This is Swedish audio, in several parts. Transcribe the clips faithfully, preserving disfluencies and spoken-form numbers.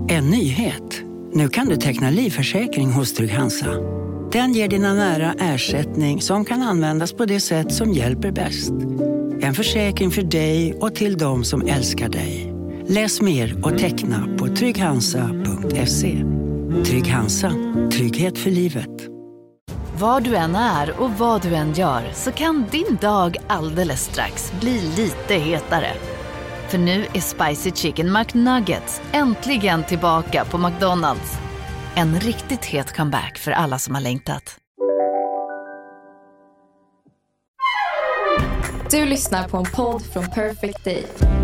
En nyhet. Nu kan du teckna livförsäkring hos Trygg-Hansa. Den ger dina nära ersättning som kan användas på det sätt som hjälper bäst. En försäkring för dig och till de som älskar dig. Läs mer och teckna på trygghansa punkt se. Trygg-Hansa. Trygghet för livet. Var du än är och vad du än gör så kan din dag alldeles strax bli lite hetare. För nu är Spicy Chicken McNuggets äntligen tillbaka på McDonald's. En riktigt het comeback för alla som har längtat. Du lyssnar på en podd från Perfect Day.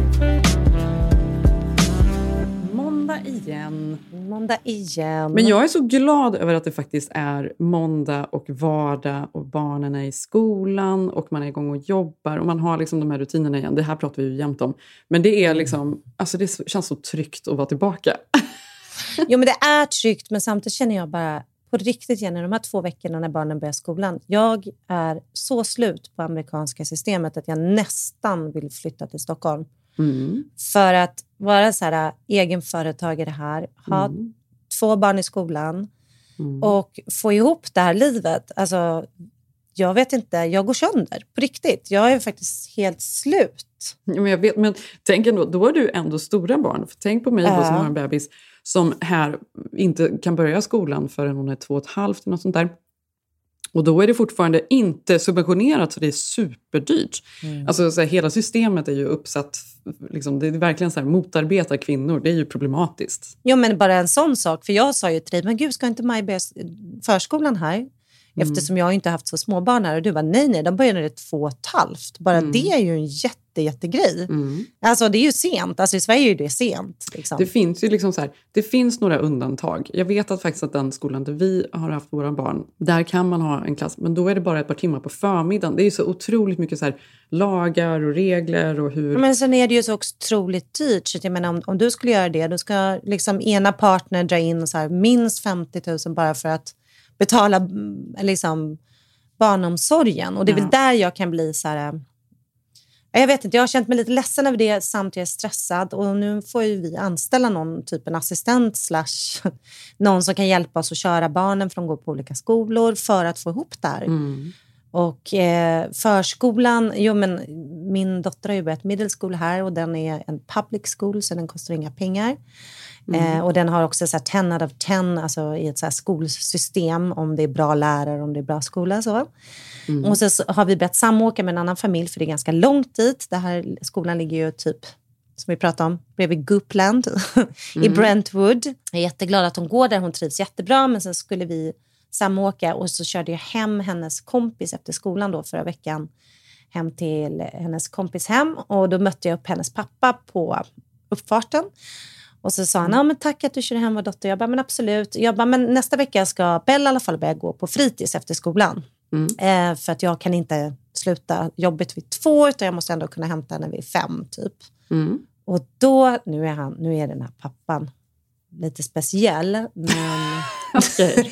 Måndag igen. Måndag igen. Men jag är så glad över att det faktiskt är måndag och vardag och barnen är i skolan och man är igång och jobbar och man har liksom de här rutinerna igen. Det här pratar vi ju jämt om. Men det är liksom, alltså det känns så tryggt att vara tillbaka. Jo, men det är tryggt, men samtidigt känner jag bara på riktigt igen i de här två veckorna när barnen börjar skolan. Jag är så slut på amerikanska systemet att jag nästan vill flytta till Stockholm. Mm. För att vara så här egenföretagare här, ha mm. två barn i skolan mm. och få ihop det här livet. Alltså, jag vet inte, jag går sönder på riktigt. Jag är faktiskt helt slut. Ja, men jag vet, men tänk ändå, då är du ändå stora barn. För tänk på mig äh. då, som har en bebis som här inte kan börja skolan förrän hon är två och ett halvt eller något sånt där. Och då är det fortfarande inte subventionerat, så det är superdyrt. Mm. Alltså så här, hela systemet är ju uppsatt, liksom, det är verkligen så här, motarbetar kvinnor, det är ju problematiskt. Jo, men bara en sån sak, för jag sa ju till dig, men gud, ska inte Maj börja förskolan här? Mm. Eftersom jag inte haft så små barn här. Och du var nej, nej, de börjar när det är två och ett halvt. Bara mm. det är ju en jätte, jättegrej. Mm. Alltså det är ju sent. Alltså i Sverige är ju det sent. Liksom. Det finns ju liksom så här, det finns några undantag. Jag vet att faktiskt att den skolan där vi har haft våra barn, där kan man ha en klass. Men då är det bara ett par timmar på förmiddagen. Det är ju så otroligt mycket så här lagar och regler och hur... Men sen är det ju så otroligt dyrt. Så jag menar, om, om du skulle göra det, då ska liksom ena partnern dra in så här, minst femtio tusen bara för att betala liksom barnomsorgen. Och det är ja. väl där jag kan bli så här... Jag vet inte, jag har känt mig lite ledsen över det, samtidigt är jag stressad. Och nu får ju vi anställa någon typ av assistent slash någon som kan hjälpa oss att köra barnen, för de går på olika skolor, för att få ihop det här. Mm. Och eh, förskolan, jo men min dotter har ju börjat middle school här, och den är en public school, så den kostar inga pengar. Mm. Eh, och den har också så här ten out of ten, alltså i ett så här skolsystem, om det är bra lärare, om det är bra skola så. Mm. Och så har vi börjat samåka med en annan familj, för det är ganska långt dit. Det här skolan ligger ju typ, som vi pratade om, bredvid Goopland i mm. Brentwood. Jag är jätteglad att hon går där, hon trivs jättebra, men sen skulle vi samåka, och så körde jag hem hennes kompis efter skolan då förra veckan, hem till hennes kompis hem, och då mötte jag upp hennes pappa på uppfarten. Och så sa han, ja men tack att du kör hem vår dotter. Jag bara, men absolut. Jag bara, men nästa vecka ska Bella i alla fall börja gå på fritids efter skolan. Mm. Eh, för att jag kan inte sluta jobbet vid två, utan jag måste ändå kunna hämta henne vid fem typ. Mm. Och då, nu är han, nu är den här pappan lite speciell. Men okay.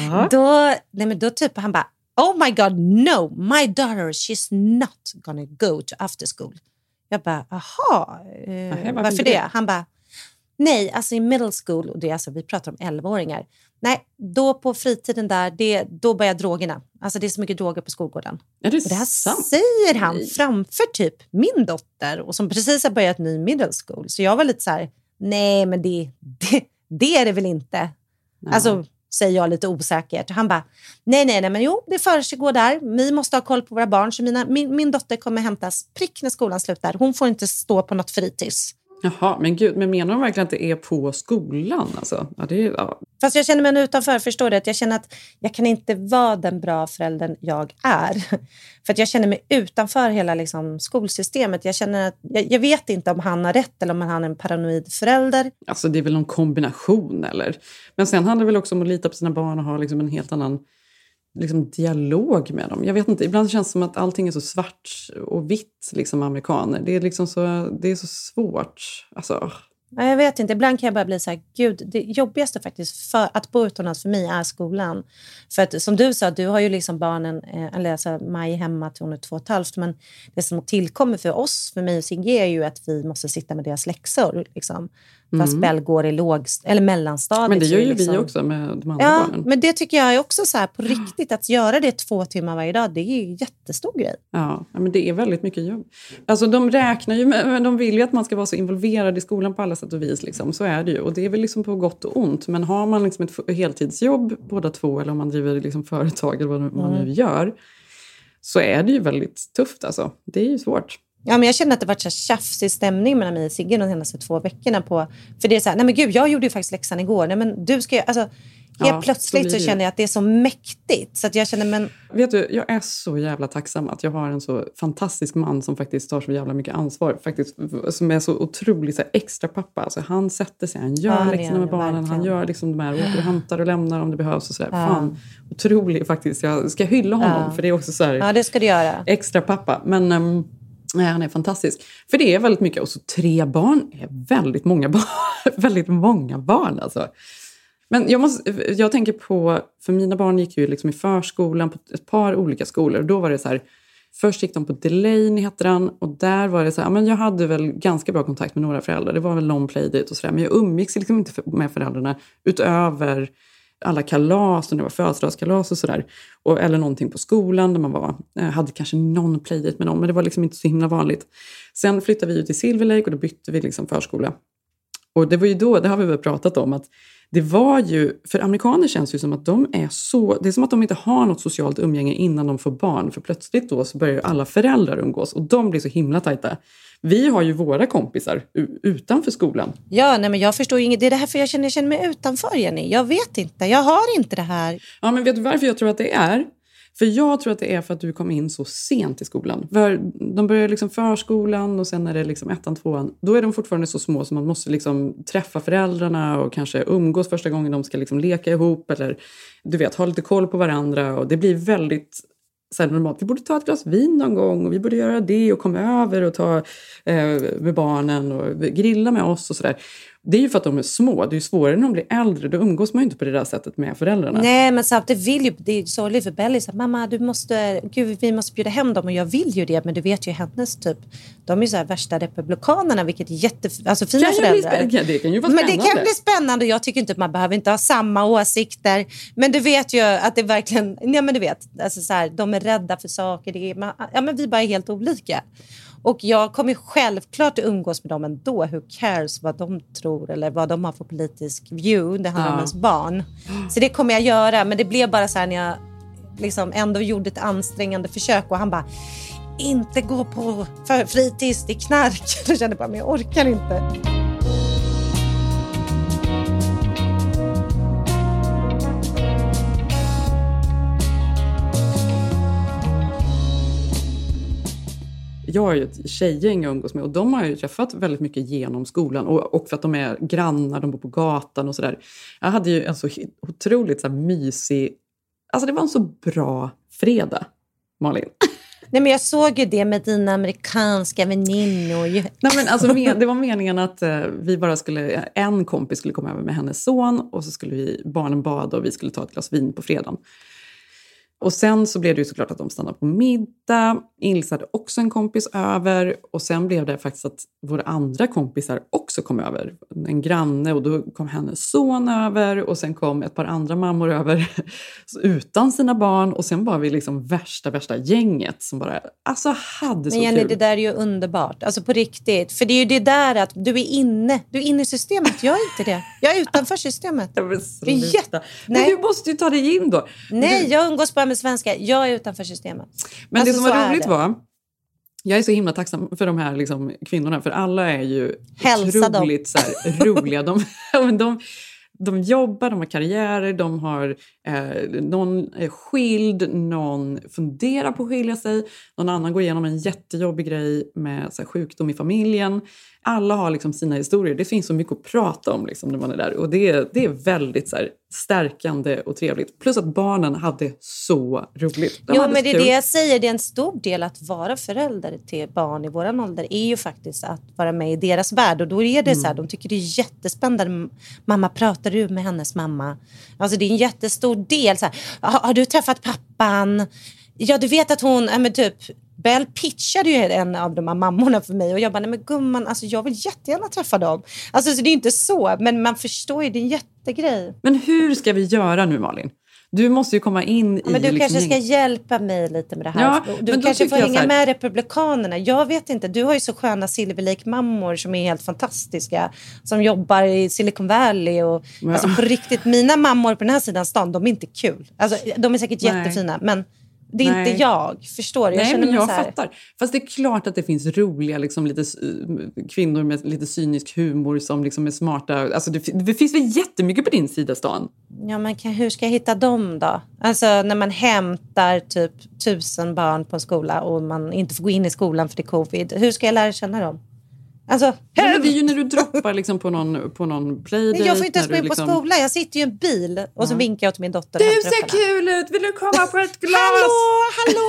då, nej men då typ han bara, oh my god, no, my daughter, she's not gonna go to after school. Jag bara, aha, eh, Aha, varför, varför det? det? Han bara, nej, alltså i middle school, och det är alltså, vi pratar om elva-åringar. Nej, då på fritiden där, det, då börjar drogerna. Alltså det är så mycket droger på skolgården. Är det, och det här sant? säger han nej. framför typ min dotter, och som precis har börjat ny middle school. Så jag var lite så här, nej men det, det, det är det väl inte. Nej. Alltså säger jag lite osäkert. Han bara, nej nej nej men jo, det försiggår där. Vi måste ha koll på våra barn. Så mina, min, min dotter kommer hämtas prick när skolan slutar. Hon får inte stå på något fritids. Jaha, men gud, men menar de verkligen att det är på skolan? Alltså? Ja, det är, ja. Fast jag känner mig utanför, förstår du? Att jag känner att jag kan inte vara den bra föräldern jag är. För att jag känner mig utanför hela liksom, skolsystemet. Jag känner att, jag, jag vet inte om han har rätt eller om han är en paranoid förälder. Alltså det är väl någon kombination eller? Men sen handlar det väl också om att lita på sina barn och ha liksom en helt annan liksom dialog med dem. Jag vet inte, ibland känns det som att allting är så svart och vitt liksom amerikaner. Det är liksom så, det är så svårt. Alltså. Ja, jag vet inte, ibland kan jag bara bli så här, gud, det jobbigaste faktiskt för att bo utomlands för mig är skolan. För att som du sa, du har ju liksom barnen, eller alltså Maj hemma till hon är två och ett halvt, men det som tillkommer för oss, för mig och Sigge, är ju att vi måste sitta med deras läxor liksom. Fast Mm. Bell går i låg, eller mellanstadiet. Men det gör ju liksom. vi också med de andra Ja, barnen. men det tycker jag är också så här på riktigt. Att göra det två timmar varje dag, det är ju en jättestor grej. Ja, men det är väldigt mycket jobb. Alltså de räknar ju, med, men de vill ju att man ska vara så involverad i skolan på alla sätt och vis. Liksom. Så är det ju. Och det är väl liksom på gott och ont. Men har man liksom ett heltidsjobb båda två, eller om man driver liksom företag eller vad man Mm. nu gör, så är det ju väldigt tufft alltså. Det är ju svårt. Ja, men jag känner att det varit så tjafsig stämning mellan mig och Sigge de senaste två veckorna på. För det är så här, nej men gud, jag gjorde ju faktiskt läxan igår. Nej men du ska ju, alltså helt Ja, plötsligt så så, blir det. känner jag att det är så mäktigt. Så att jag känner, men Vet du, jag är så jävla tacksam att jag har en så fantastisk man som faktiskt tar så jävla mycket ansvar. Faktiskt, som är så otroligt så här, extra pappa. Alltså, han sätter sig, han gör Ja, det läxorna gör med det, barnen. verkligen. Han gör liksom de här, åker och hämtar och lämnar om det behövs. Och så där. Ja. Fan, otroligt faktiskt. Jag ska hylla honom Ja. för det är också så här, ja, det ska du göra. extra pappa. Men um, nej, han är fantastisk. För det är väldigt mycket. Och så tre barn är väldigt många barn. väldigt många barn alltså. Men jag, måste, jag tänker på, för mina barn gick ju liksom i förskolan på ett par olika skolor. Då var det så här, först gick de på Delaney heter den. Och där var det så här, men jag hade väl ganska bra kontakt med några föräldrar. Det var väl någon playdate och sådär. Men jag umgicks liksom inte med föräldrarna utöver alla kalas, och det var födelsedagskalas och sådär. Och, eller någonting på skolan där man var, hade kanske någon playdate med någon. Men det var liksom inte så himla vanligt. Sen flyttade vi ut till Silver Lake och då bytte vi liksom förskola. Och det var ju då, det har vi väl pratat om, att det var ju, för amerikaner känns ju som att de är så, det är som att de inte har något socialt umgänge innan de får barn. För plötsligt då så börjar ju alla föräldrar umgås och de blir så himla tajta. Vi har ju våra kompisar u- utanför skolan. Ja, nej men jag förstår ju inget. Det är det här för jag känner, jag känner mig utanför, Jenny. Jag vet inte, jag har inte det här. Ja, men vet du varför jag tror att det är? För jag tror att det är för att du kom in så sent i skolan. För de börjar liksom förskolan och sen är det liksom ettan, tvåan. Då är de fortfarande så små så man måste liksom träffa föräldrarna och kanske umgås första gången de ska liksom leka ihop. Eller du vet, ha lite koll på varandra. Och det blir väldigt så här normalt. Vi borde ta ett glas vin någon gång och vi borde göra det och komma över och ta eh, med barnen och grilla med oss och sådär. Det är ju för att de är små. Det är ju svårare när de blir äldre. Då umgås man ju inte på det där sättet med föräldrarna. Nej, men samtidigt vill ju, det är ju sorgligt för Belly. Så, mamma, du måste, gud, vi måste bjuda hem dem. Och jag vill ju det, men du vet ju hennes typ. De är ju så här värsta republikanerna, vilket är jätte, alltså fina kan föräldrar. Bli, det kan ju vara men spännande. det kan bli spännande. Jag tycker inte att man behöver inte ha samma åsikter. Men du vet ju att det verkligen, nej men du vet, alltså så här, de är rädda för saker. Det är, man, ja, men vi bara är helt olika. Och jag kommer självklart att umgås med dem ändå. Who cares vad de tror eller vad de har för politisk view. Det handlar Ja. om ens barn. Så det kommer jag göra. Men det blev bara så här när jag liksom ändå gjorde ett ansträngande försök. Och han bara, inte gå på för fritids, det är knark. Jag kände bara, men jag orkar inte. Jag har ju ett tjejgäng jag umgås med och de har ju träffat väldigt mycket genom skolan och, och för att de är grannar, de bor på gatan och sådär. Jag hade ju en så otroligt så här mysig, alltså det var en så bra fredag, Malin. Nej, men jag såg ju det med dina amerikanska väninnor. Nej, men alltså, det var meningen att eh, vi bara skulle, en kompis skulle komma över med hennes son och så skulle vi, barnen bada och vi skulle ta ett glas vin på fredagen. Och sen så blev det ju såklart att de stannade på middag. Ilse hade också en kompis över. Och sen blev det faktiskt att våra andra kompisar också kom över. En granne och då kom hennes son över. Och sen kom ett par andra mammor över utan sina barn. Och sen var vi liksom värsta, värsta gänget som bara alltså hade så Men Jenny, kul. det där är ju underbart. Alltså på riktigt. För det är ju det där att du är inne. Du är inne i systemet. Jag är inte det. Jag är utanför systemet. Jag vill Det är jätte... Men Nej. du måste ju ta dig in då. Nej, du... jag umgås bara med svenska. Jag är utanför systemet. Men alltså, det som så var är roligt det. var, jag är så himla tacksam för de här liksom, kvinnorna, för alla är ju Hälsa otroligt så här, roliga. De, de, de jobbar, de har karriärer, de har eh, någon är skild, någon funderar på att skilja sig, någon annan går igenom en jättejobbig grej med så här, sjukdom i familjen. Alla har liksom sina historier. Det finns så mycket att prata om liksom, när man är där. Och det, det är väldigt så här, stärkande och trevligt. Plus att barnen hade så roligt. De Jo, hade men så det är kul. det jag säger. Det är en stor del att vara förälder till barn i våran ålder är ju faktiskt att vara med i deras värld. Och då är det mm. så här, de tycker det är jättespännande. Mamma, pratar du med hennes mamma? Alltså det är en jättestor del. Så här, har, har du träffat pappan? Ja, du vet att hon, äh, men typ, Bell pitchade ju en av de här mammorna för mig och jag bara, nej men gumman, alltså jag vill jättegärna träffa dem. Alltså så det är inte så, men man förstår ju, det är en jättegrej. Men hur ska vi göra nu, Malin? Du måste ju komma in ja, i... Men du liksom kanske ska hjälpa mig lite med det här. Ja, du kanske får hänga med republikanerna. Jag vet inte, du har ju så sköna Silver Lake-mammor som är helt fantastiska. Som jobbar i Silicon Valley. Och, ja. Alltså på riktigt, mina mammor på den här sidan stan, de är inte kul. Alltså, de är säkert Nej. jättefina, men... Det är Nej. inte jag, förstår du? Jag Nej, men jag här... fattar. Fast det är klart att det finns roliga liksom, lite, kvinnor med lite cynisk humor som liksom är smarta. Alltså, det, det finns väl jättemycket på din sida, stan? Ja, men kan, hur ska jag hitta dem då? Alltså när man hämtar typ tusen barn på en skola och man inte får gå in i skolan för det är covid. Hur ska jag lära känna dem? Alltså, ja, men det är ju när du droppar liksom på någon, på någon playdate. Jag får inte ens gå in liksom... på skolan. Jag sitter ju i en bil och ja. så vinkar jag till min dotter. Du ser kul ut, vill du komma på ett glas? Hallå, hallå,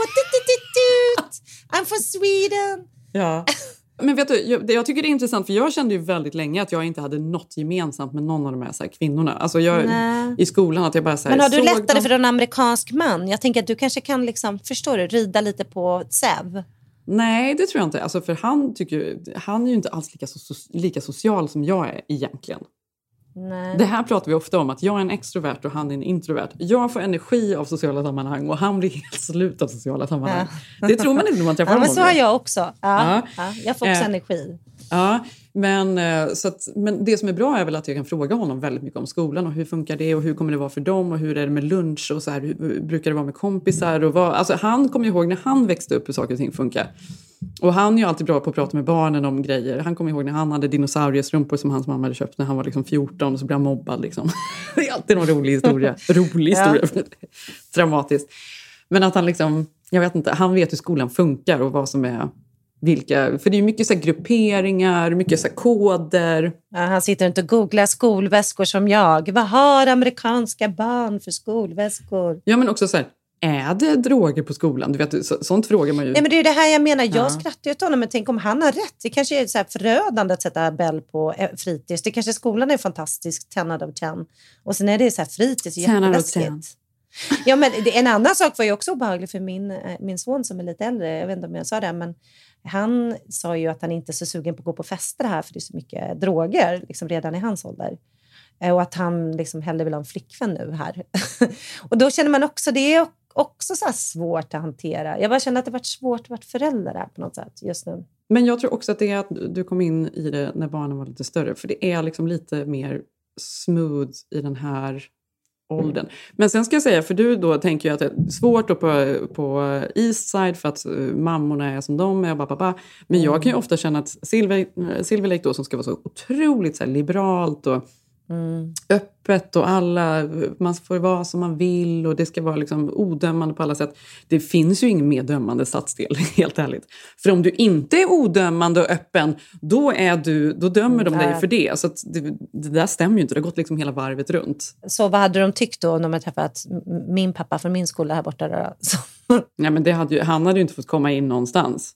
tut, I'm from Sweden. Ja. Men vet du, jag, jag tycker det är intressant för jag kände ju väldigt länge att jag inte hade något gemensamt med någon av de här, så här kvinnorna. Alltså jag, i skolan att jag bara så här, men har du lättare dem... för en amerikansk man? Jag tänker att du kanske kan liksom, förstår du, rida lite på Sev. Nej, det tror jag inte. Alltså för han, tycker, han är ju inte alls lika, so, lika social som jag är egentligen. Nej. Det här pratar vi ofta om, att jag är en extrovert och han är en introvert. Jag får energi av sociala sammanhang och han blir helt slut av sociala sammanhang. Ja. Det tror man inte när man träffar ja, honom. Men så har jag också. Ja, ja. Ja, jag får också eh. energi. Ja, men, så att, men det som är bra är väl att jag kan fråga honom väldigt mycket om skolan och hur funkar det och hur kommer det vara för dem och hur är det med lunch och så här, hur brukar det vara med kompisar och vad, alltså han kommer ihåg när han växte upp hur saker och ting funkar. Och han är ju alltid bra på att prata med barnen om grejer. Han kommer ihåg när han hade dinosauriestrumpor som hans mamma hade köpt när han var liksom fjorton och så blev han mobbad liksom. Det är alltid någon rolig historia. Rolig historia. Ja. Dramatiskt. Men att han liksom, jag vet inte, han vet hur skolan funkar och vad som är vilka, för det är ju mycket så här grupperingar, mycket så här koder. Ja, han sitter inte och googlar skolväskor som jag. Vad har amerikanska barn för skolväskor? Ja, men också så här, är det droger på skolan? Du vet, så, sånt frågar man ju. Nej, men det är det här jag menar. Jag ja. skrattar ju åt honom, men tänk om han har rätt. Det kanske är så här förödande att sätta Bell på fritids. Det kanske skolan är fantastisk, ten out of ten. Och sen är det så här fritids, jätteläskigt. Ja, men det, en annan sak var ju också obehaglig för min, min son som är lite äldre. Jag vet inte om jag sa det, men han sa ju att han inte är så sugen på att gå på fester här för det är så mycket droger liksom redan i hans ålder. Och att han liksom hellre vill ha en flickvän nu här. Och då känner man också, det är också så här svårt att hantera. Jag bara känner att det varit svårt att vara förälder här på något sätt just nu. Men jag tror också att det är att du kom in i det när barnen var lite större. För det är liksom lite mer smooth i den här åldern. Men sen ska jag säga, för du då tänker ju att det är svårt då på, på Eastside för att mammorna är som de är. Bababa. Men jag kan ju ofta känna att Silver, Silver Lake då som ska vara så otroligt så här liberalt och mm. öppet och alla, man får vara som man vill och det ska vara liksom odömande på alla sätt. Det finns ju ingen mer dömande stadsdel, helt ärligt. För om du inte är odömande och öppen, då, är du, då dömer de dig för det. Så att det, det där stämmer ju inte, det har gått liksom hela varvet runt. Så vad hade de tyckt då när man träffat min pappa från min skola här borta? Då? Nej, men det hade ju, han hade ju inte fått komma in någonstans.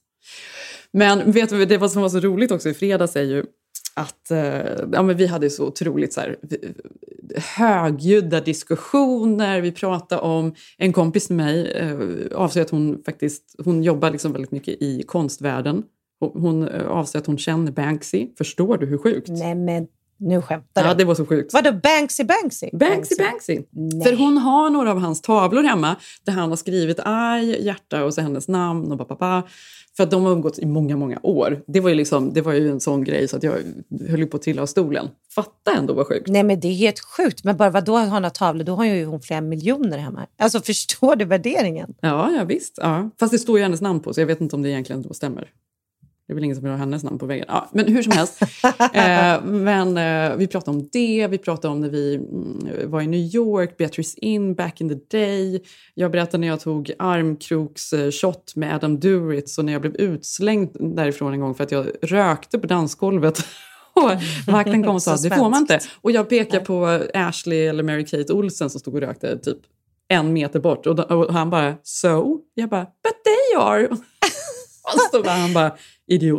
Men vet du, det som var så roligt också i fredags är ju att ja, men vi hade så otroligt så här, högljudda diskussioner. Vi pratade om en kompis med mig eh, avser att hon faktiskt hon jobbar liksom väldigt mycket i konstvärlden. Hon, hon avser att hon känner Banksy. Förstår du hur sjukt? Nej, men nu skämtar du. Ja, det var så sjukt. Vadå Banksy Banksy? Banksy Banksy. Banksy. För hon har några av hans tavlor hemma där han har skrivit aj, hjärta och så hennes namn och pappa. För att de har umgåtts i många, många år. Det var ju liksom, det var ju en sån grej så att jag höll på att trilla av stolen. Fatta ändå vad sjukt. Nej, men det är helt sjukt. Men bara vad då har hon tavlor? Då har ju hon flera miljoner hemma. Alltså förstår du värderingen? Ja, ja visst. Ja. Fast det står ju hennes namn på så jag vet inte om det egentligen då stämmer. Det är väl ingen som vill ha hennes namn på väggen. Ja, men hur som helst. eh, men eh, vi pratade om det. Vi pratade om när vi mm, var i New York. Beatrice Inn, back in the day. Jag berättade när jag tog armkroks eh, shot med Adam Duritz. Och när jag blev utslängd därifrån en gång för att jag rökte på dansgolvet. Och vakten kom och sa, det får man inte. Och jag pekade på Ashley eller Mary-Kate Olsen som stod och rökte typ en meter bort. Och, och han bara, so? Jag bara, but they are. Och så stod han bara, idiot.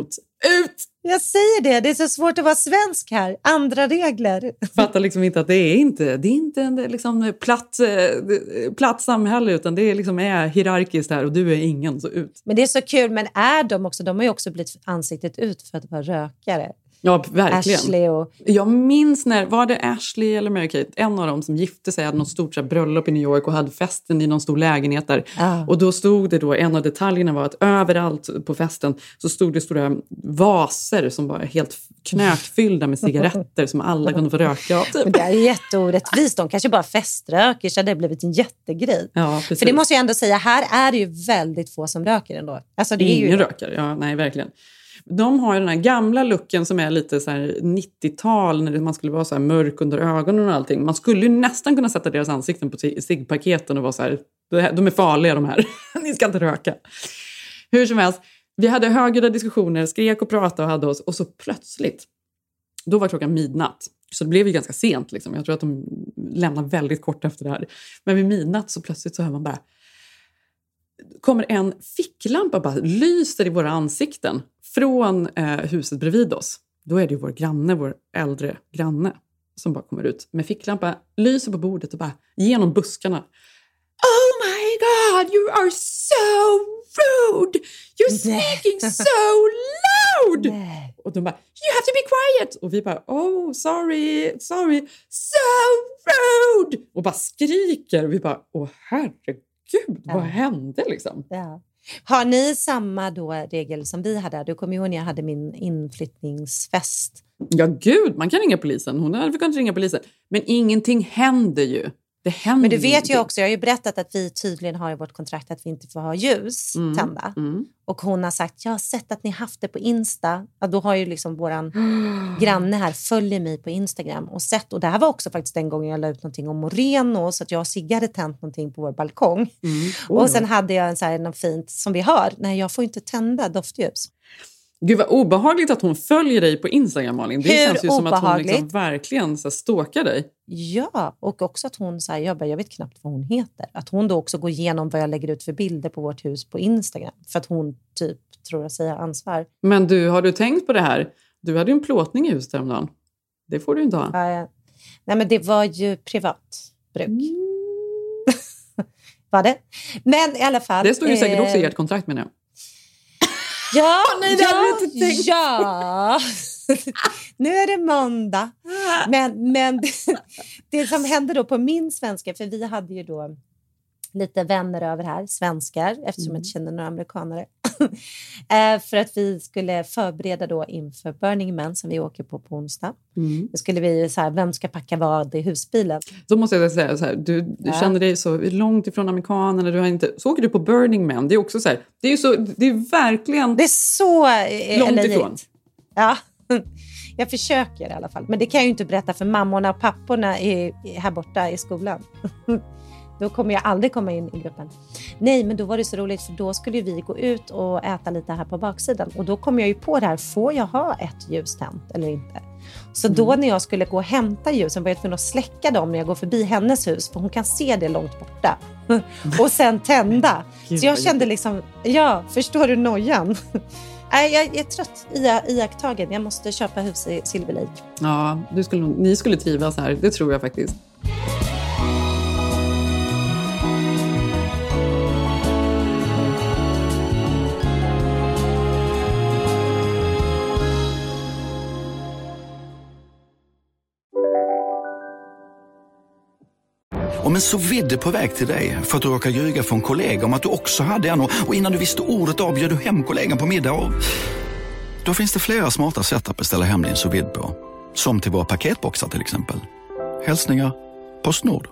ut! Jag säger det, det är så svårt att vara svensk här. Andra regler. Fattar liksom inte att det är inte, det är inte en liksom platt, platt samhälle, utan det är, liksom är hierarkiskt här och du är ingen, så ut. Men det är så kul, men är de också, de har ju också blivit ansiktet ut för att vara rökare. Ja, verkligen. Ashley och... Jag minns när, var det Ashley eller Mary-Kate? En av dem som gifte sig, hade något stort så här, bröllop i New York och hade festen i någon stor lägenhet där. Ah. Och då stod det då, en av detaljerna var att överallt på festen så stod det stora vaser som var helt knökfyllda med cigaretter som alla kunde få röka av. Typ. Men det är jätteorättvist. De kanske bara feströker, så det har blivit en jättegrej. Ja, precis. För det måste jag ändå säga, här är det ju väldigt få som röker ändå. Alltså, det är Ingen ju... rökare, ja, nej verkligen. De har ju den här gamla looken som är lite så här nittiotal, när man skulle vara så här mörk under ögonen och allting. Man skulle ju nästan kunna sätta deras ansikten på ciggpaketen och vara så här, de är farliga de här, ni ska inte röka. Hur som helst, vi hade högljudda diskussioner, skrek och pratade och hade oss, och så plötsligt, då var klockan midnatt. Så det blev ju ganska sent liksom. Jag tror att de lämnade väldigt kort efter det här. Men vid midnatt så plötsligt så hör man bara, kommer en ficklampa bara lyser i våra ansikten från eh, huset bredvid oss. Då är det ju vår granne, vår äldre granne, som bara kommer ut med ficklampa, lyser på bordet och bara genom buskarna. Oh my god, you are so rude! You're speaking so loud! Nej. Och de bara, you have to be quiet! Och vi bara, oh sorry, sorry, so rude! Och bara skriker, och vi bara, åh herregud. Gud, vad ja. hände liksom? Ja. Har ni samma då regel som vi hade? Du kommer ihåg när jag hade min inflyttningsfest. Ja, gud, man kan ringa polisen. Hon hade kunnat ringa polisen. Men ingenting händer ju. Det händer. Men du vet ingenting. ju också, jag har ju berättat att vi tydligen har i vårt kontrakt att vi inte får ha ljus mm. tända. Mm. Och hon har sagt, jag har sett att ni haft det på Insta. Ja, då har ju liksom våran granne här följer mig på Instagram och sett. Och det här var också faktiskt den gången jag la ut någonting om Moreno. Så att jag och Sigge hade tänt någonting på vår balkong. Mm. Oh. Och sen hade jag en så här, något fint som vi har. Nej, jag får inte tända doftljus. Gud vad obehagligt att hon följer dig på Instagram, Malin. Det Hur känns ju obehagligt? som att hon liksom verkligen så här, stalkar dig. Ja, och också att hon så här, jag, bara, jag vet knappt vad hon heter. Att hon då också går igenom vad jag lägger ut för bilder på vårt hus på Instagram. För att hon typ tror att säga ansvar. Men du, har du tänkt på det här? Du hade ju en plåtning i huset häromdagen. Det får du inte ha. Ja, nej, men det var ju privat bruk. Mm. Var det? Men i alla fall. Det stod ju säkert eh... också i ert kontrakt, menar jag. Ja, oh, nej, det ja, hade du inte tänkt. Ja. Nu är det måndag. Men, men det som hände då på min svenska, för vi hade ju då lite vänner över här, svenskar, eftersom mm. jag inte känner några amerikanare. eh, för att vi skulle förbereda då inför Burning Man som vi åker på på onsdag. Mm. Då skulle vi så här, vem ska packa vad i husbilen? Då måste jag säga så här, du, du ja. känner dig så långt ifrån amerikanerna, du har inte, så åker du på Burning Man. Det är också så här, det är ju så, det är verkligen det är så eh, långt ifrån. Ja. Jag försöker i alla fall. Men det kan jag ju inte berätta för mammorna och papporna är, är här borta i skolan. Då kommer jag aldrig komma in i gruppen. Nej, men då var det så roligt, för då skulle vi gå ut och äta lite här på baksidan. Och då kom jag ju på det här, får jag ha ett ljus tänt eller inte? Så mm. då när jag skulle gå och hämta ljusen var jag tvungen att släcka dem när jag går förbi hennes hus. För hon kan se det långt borta. Och sen tända. Så jag kände liksom, ja, förstår du nojan? Nej, jag är trött i iakttagen. Jag måste köpa hus i Silver Lake. Ja, du skulle, ni skulle trivas här. Det tror jag faktiskt. Om en sous vide på väg till dig för att du råkar ljuga för en kollega om att du också hade en, och innan du visste ordet av bjöd du hem kollegan på middag. Och då finns det flera smarta sätt att beställa hem din sous vide på. Som till våra paketboxar till exempel. Hälsningar Postnord.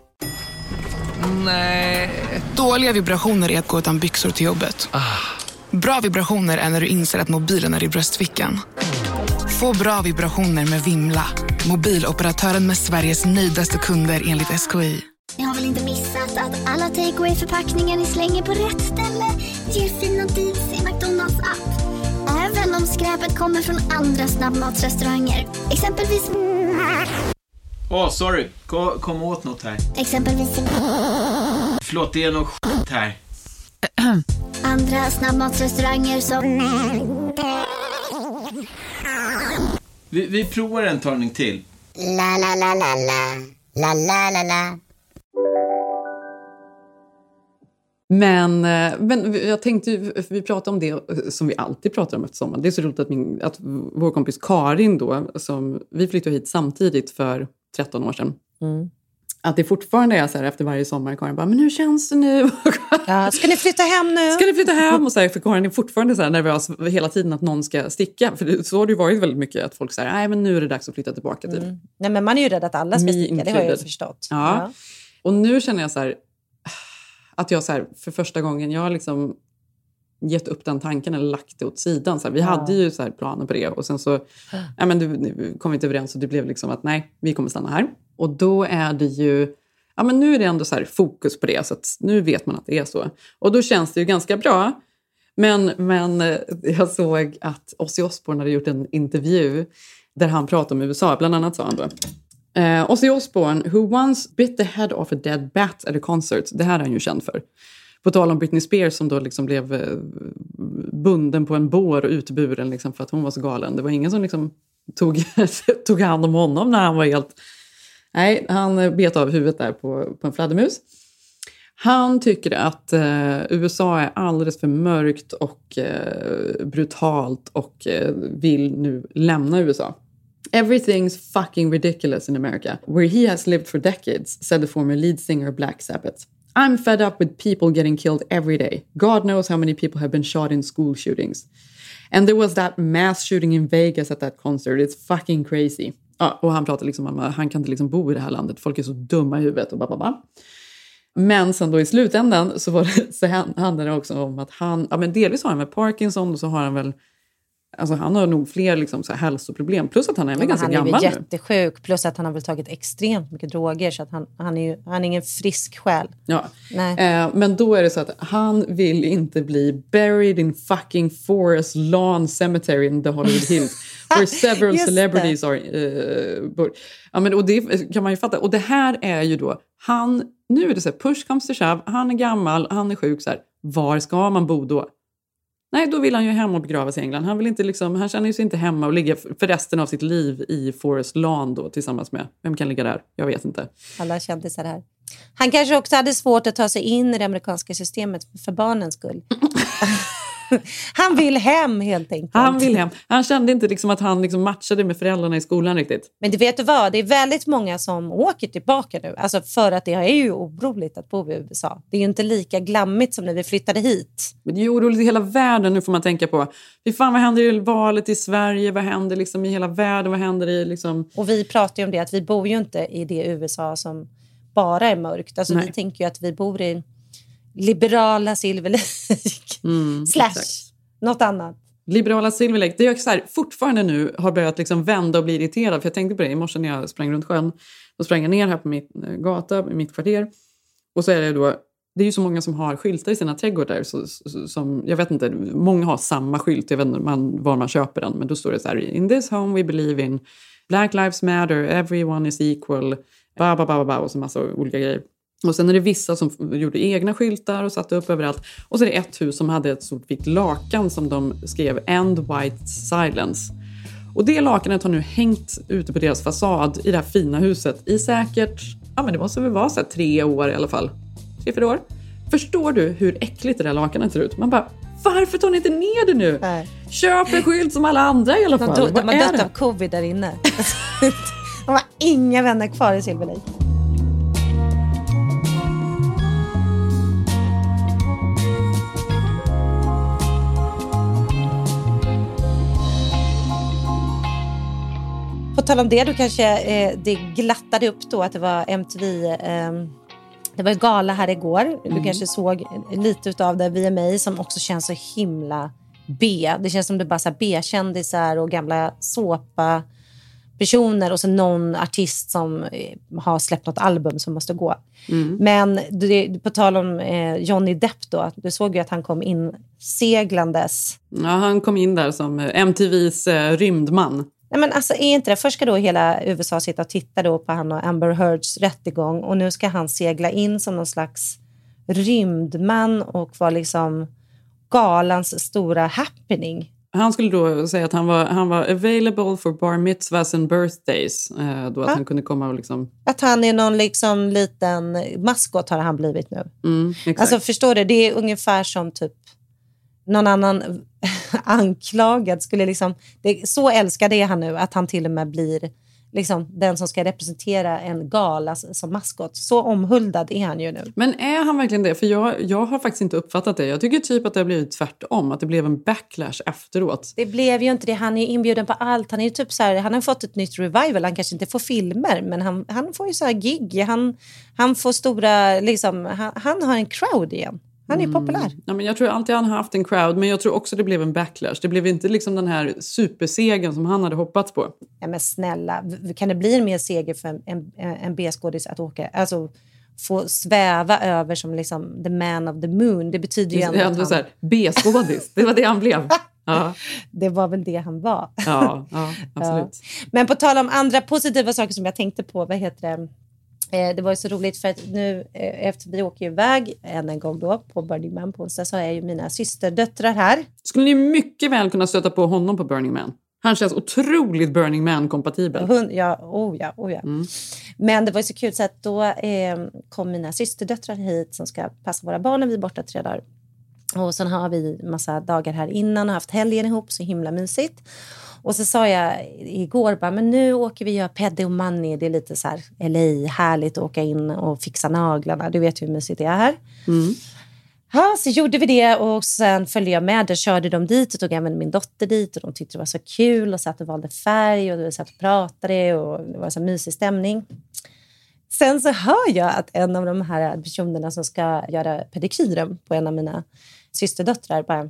Nej. Dåliga vibrationer är att gå utan byxor till jobbet. Ah. Bra vibrationer är när du inser att mobilen är i bröstfickan. Få bra vibrationer med Vimla. Mobiloperatören med Sveriges nöjdaste kunder enligt S K I. Ni har väl inte missat att alla take-away förpackningar ni slänger på rätt ställe ger fina deals i McDonalds app. Även om skräpet kommer från andra snabbmatsrestauranger. Exempelvis... Åh, oh, sorry. Kom, kom åt något här. Exempelvis... Förlåt, det är något skit här. Andra snabbmatsrestauranger som... Vi, vi provar en talning till. La la la la la. La la la la. Men, men jag tänkte, vi pratade om det som vi alltid pratar om efter sommaren. Det är så roligt att, min, att vår kompis Karin då, som vi flyttade hit samtidigt för tretton år sedan. Mm. Att det fortfarande är så här efter varje sommar. Karin bara, men hur känns det nu? Ja, ska ni flytta hem nu? Ska ni flytta hem? Och så här, för Karin är fortfarande så här nervös hela tiden att någon ska sticka. För så har det ju varit väldigt mycket att folk säger, nej men nu är det dags att flytta tillbaka. Typ. Mm. Nej men man är ju rädd att alla ska Me sticka, included. Det har jag ju förstått. Ja. Ja. Och nu känner jag så här, att jag så här, för första gången, jag har liksom gett upp den tanken eller lagt det åt sidan. Så här, vi ja. hade ju så här planer på det och sen så ja, men du, kom vi inte överens och det blev liksom att nej, vi kommer stanna här. Och då är det ju, ja men nu är det ändå så här fokus på det så att nu vet man att det är så. Och då känns det ju ganska bra. Men, men jag såg att Ozzy Osbourne hade gjort en intervju där han pratade om U S A. Bland annat sa han då. Uh, Ozzy Osbourne, who once bit the head off a dead bat at a concert. Det här är han ju känd för. På tal om Britney Spears som då liksom blev uh, bunden på en bår och utburen liksom för att hon var så galen. Det var ingen som liksom tog, tog hand om honom när han var helt... Nej, han bet av huvudet där på, på en fladdermus. Han tycker att uh, U S A är alldeles för mörkt och uh, brutalt och uh, vill nu lämna U S A. Everything's fucking ridiculous in America, where he has lived for decades, said the former lead singer of Black Sabbath. I'm fed up with people getting killed every day. God knows how many people have been shot in school shootings. And there was that mass shooting in Vegas at that concert. It's fucking crazy. Ja, och han pratar liksom om att han kan inte liksom bo i det här landet. Folk är så dumma i huvudet och bababa. Men sen då i slutändan så, var det, så handlar det också om att han, ja men delvis har han med Parkinson och så har han väl, alltså han har nog fler liksom så här hälsoproblem. Plus att han är ja, ganska gammal nu. Han är ju jättesjuk. Plus att han har väl tagit extremt mycket droger. Så att han, han, är ju, han är ingen frisk själ. Ja. Eh, men då är det så att han vill inte bli buried in fucking Forest Lawn Cemetery in the Hollywood Hills. Where several celebrities det. are... Uh, but, ja, men, och det kan man ju fatta. Och det här är ju då... Han, nu är det så här, push comes to shove. Han är gammal, han är sjuk. Så här, var ska man bo då? Nej, då vill han ju hem och begravas i England. Han vill inte liksom, han känner ju sig inte hemma och ligga för resten av sitt liv i Forest Lawn då tillsammans med. Vem kan ligga där? Jag vet inte. Alla kändisar här. Han kanske också hade svårt att ta sig in i det amerikanska systemet för barnens skull. Han vill hem helt enkelt. Han vill hem. Han kände inte liksom att han liksom matchade med föräldrarna i skolan riktigt. Men du vet du vad? Det är väldigt många som åker tillbaka nu. Alltså för att det är ju oroligt att bo i U S A. Det är ju inte lika glammigt som när vi flyttade hit. Men det är ju oroligt i hela världen nu får man tänka på. Fy fan, vad händer i valet i Sverige? Vad händer liksom i hela världen? Vad händer i liksom... Och vi pratar ju om det att vi bor ju inte i det U S A som bara är mörkt. Alltså Nej. Vi tänker ju att vi bor i liberala Silver Lake mm, slash exakt. Något annat. Liberala Silver Lake, det är så här, fortfarande nu har börjat liksom vända och bli irriterad. För jag tänkte på det i morse när jag sprang runt sjön. Då sprang jag ner här på mitt gata, i mitt kvarter. Och så är det då, det är ju så många som har skyltar i sina trädgårdar. Så, så, som, jag vet inte, många har samma skylt. Jag vet inte man, var man köper den. Men då står det så här, in this home we believe in Black Lives Matter, everyone is equal. Ba, ba, ba, ba, och så massa olika grejer. Och sen är det vissa som gjorde egna skyltar och satte upp överallt. Och så är det ett hus som hade ett stort vitt lakan som de skrev End White Silence. Och det lakanet har nu hängt ute på deras fasad i det här fina huset i säkert, ja men det måste väl vara så här tre år i alla fall. Tre, fyra år. Förstår du hur äckligt det där lakanet ser ut? Man bara, varför tar ni inte ner det nu? Nej. Köp en skylt som alla andra i alla fall. De, de, de har dött av covid där inne. De har inga vänner kvar i Silver Lake. På tal om det, då kanske eh, det glattade upp då att det var M T V, eh, det var en gala här igår. Mm. Du kanske såg lite av det V M A som också känns så himla B. Det känns som det bara så här B-kändisar och gamla såpa personer och så någon artist som eh, har släppt något album som måste gå. Mm. Men det, på tal om eh, Johnny Depp då, du såg ju att han kom in seglandes. Ja, han kom in där som M T V:s eh, rymdman. Nej, men alltså är inte det. Först ska då hela U S A sitta och titta då på han och Amber Heards rättegång. Och nu ska han segla in som någon slags rymdman och vara liksom galans stora happening. Han skulle då säga att han var, han var available for bar mitzvahs and birthdays. Eh, då att ja. han kunde komma och liksom... Att han är någon liksom liten maskot har han blivit nu. Mm, exakt. Alltså förstår du, det är ungefär som typ någon annan anklagad skulle liksom... Det, så älskar det han nu att han till och med blir... liksom den som ska representera en gala som maskot. Så omhuldad är han ju nu. Men är han verkligen det? För jag, jag har faktiskt inte uppfattat det. Jag tycker typ att det har blivit tvärtom. Att det blev en backlash efteråt. Det blev ju inte det. Han är inbjuden på allt. Han är ju typ så här, han har fått ett nytt revival. Han kanske inte får filmer. Men han, han får ju så här gig. Han, han får stora, liksom, han, han har en crowd igen. Han är mm. populär. Ja, men jag tror alltid han har haft en crowd. Men jag tror också det blev en backlash. Det blev inte liksom den här supersegen som han hade hoppats på. Ja, men snälla. Kan det bli en mer seger för en, en, en B-skådis att åka? Alltså få sväva över som liksom the man of the moon. Det betyder ju ändå, ändå han... så här, B-skådis. Det var det han blev. Ja. Det var väl det han var. Ja, ja absolut. Ja. Men på tal om andra positiva saker som jag tänkte på. Vad heter det? Det var ju så roligt för att nu efter vi åker iväg än en gång då på Burning Man på onsdag så har jag ju mina systerdöttrar här. Skulle ni mycket väl kunna stöta på honom på Burning Man? Han känns otroligt Burning Man-kompatibel. Hon, ja, oh ja, oh ja. Mm. Men det var ju så kul så att då eh, kom mina systerdöttrar hit som ska passa våra barn när vi är borta tre dagar. Och sen har vi massa dagar här innan och haft helgen ihop, så himla mysigt. Och så sa jag igår bara, men nu åker vi och gör Peddy och Money. Det är lite så här L A, härligt att åka in och fixa naglarna. Du vet hur mysigt det är här. Mm. Ja, så gjorde vi det och sen följde jag med. Där körde de dit och tog även min dotter dit. Och de tyckte det var så kul och satt och valde färg. Och vi satt och pratade och det var så mysig stämning. Sen så hör jag att en av de här personerna som ska göra pedikyren på en av mina systerdöttrar bara,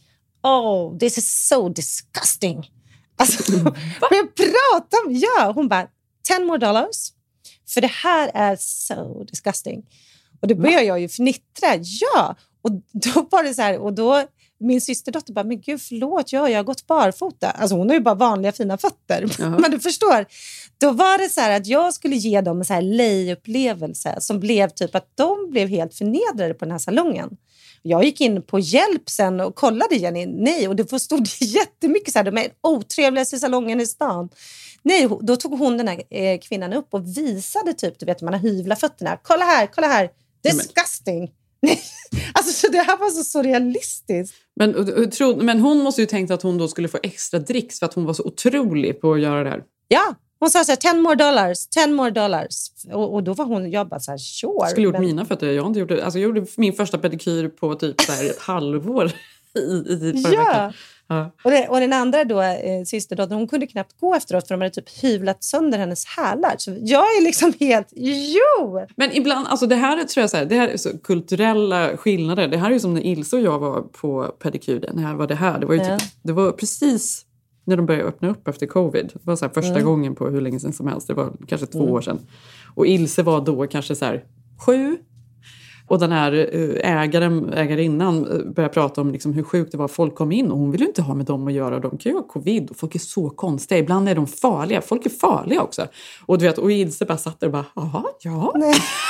oh, this is so disgusting. Alltså, börjar prata om, ja, hon bara, ten more dollars. För det här är so disgusting. Och då börjar jag ju fnittra, ja. Och då var det så här, och då, min systerdotter bara, men gud förlåt, ja, jag har gått barfota. Alltså hon har ju bara vanliga fina fötter. Uh-huh. Men du förstår, då var det så här att jag skulle ge dem en så här lej-upplevelse som blev typ att de blev helt förnedrade på den här salongen. Jag gick in på hjälp sen och kollade Jenny. Nej, och det stod jättemycket så här. De är otrevligaste salongen i stan. Nej, då tog hon den här eh, kvinnan upp och visade typ, du vet, man har hyvla fötterna. Kolla här, kolla här. Disgusting. Nej, alltså så det här var så surrealistiskt. Men, och, tro, men hon måste ju tänkt att hon då skulle få extra dricks för att hon var så otrolig på att göra det här. Ja, hon sa så här, ten more dollars, ten more dollars. Och, och då var hon jobbat så här, sure. Jag skulle men... gjort mina fötter. Jag har inte gjort det. Alltså, jag gjorde min första pedikyr på typ så här ett halvår i, i förra ja. veckan. Ja. Och, det, och den andra då, eh, systerdottern, hon kunde knappt gå efteråt för de hade typ hyvlat sönder hennes hälar. Så jag är liksom helt, jo! Men ibland, alltså det här tror jag så här, det här är så kulturella skillnader. Det här är ju som när Ilse och jag var på pedikyren. Här var det här. Det var ju ja. typ, det var precis när de började öppna upp efter covid. Det var så här första mm. gången på hur länge sedan som helst. Det var kanske två mm. år sedan. Och Ilse var då kanske så här sju. Och den här ägaren, ägarinnan började prata om liksom hur sjukt det var. Folk kom in och hon ville inte ha med dem att göra. De kan ju ha covid och folk är så konstiga. Ibland är de farliga. Folk är farliga också. Och du vet, och Ilse bara satt där och bara, jaha, ja. Nej.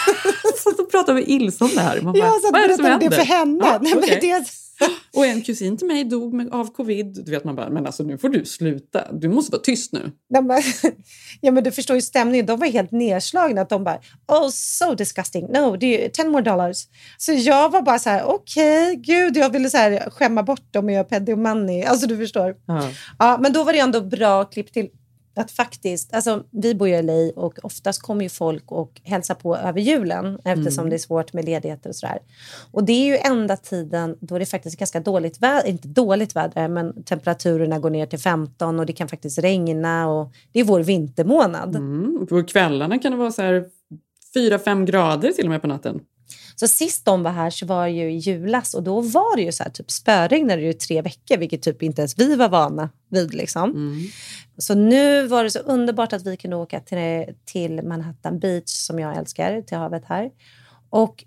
Så då pratade vi Ilse om det här. Man bara, ja, så vad är det som händer? Det för henne. Ja, nej, okay. men det... Och en kusin till mig dog med, av covid. Du vet man bara, men alltså nu får du sluta. Du måste vara tyst nu. Ja men, ja, men du förstår ju stämningen. De var helt nedslagna. Att de bara, oh so disgusting. No, det är ten more dollars. Så jag var bara så här, okej, okay, gud. Jag ville så här skämma bort dem och göra Peddy och Money. Alltså du förstår. Ja. Ja, men då var det ändå bra klipp till. Att faktiskt, alltså vi bor i L A och oftast kommer ju folk och hälsar på över julen eftersom mm. det är svårt med ledigheter och sådär. Och det är ju enda tiden då det är faktiskt ganska dåligt väder, inte dåligt väder, men temperaturerna går ner till femton och det kan faktiskt regna och det är vår vintermånad. Mm. På kvällarna kan det vara så här fyra fem grader till och med på natten. Så sist de var här så var det ju i julas och då var det ju så här typ spöregnade det ju tre veckor vilket typ inte ens vi var vana vid liksom. Mm. Så nu var det så underbart att vi kunde åka till, till Manhattan Beach som jag älskar, till havet här. Och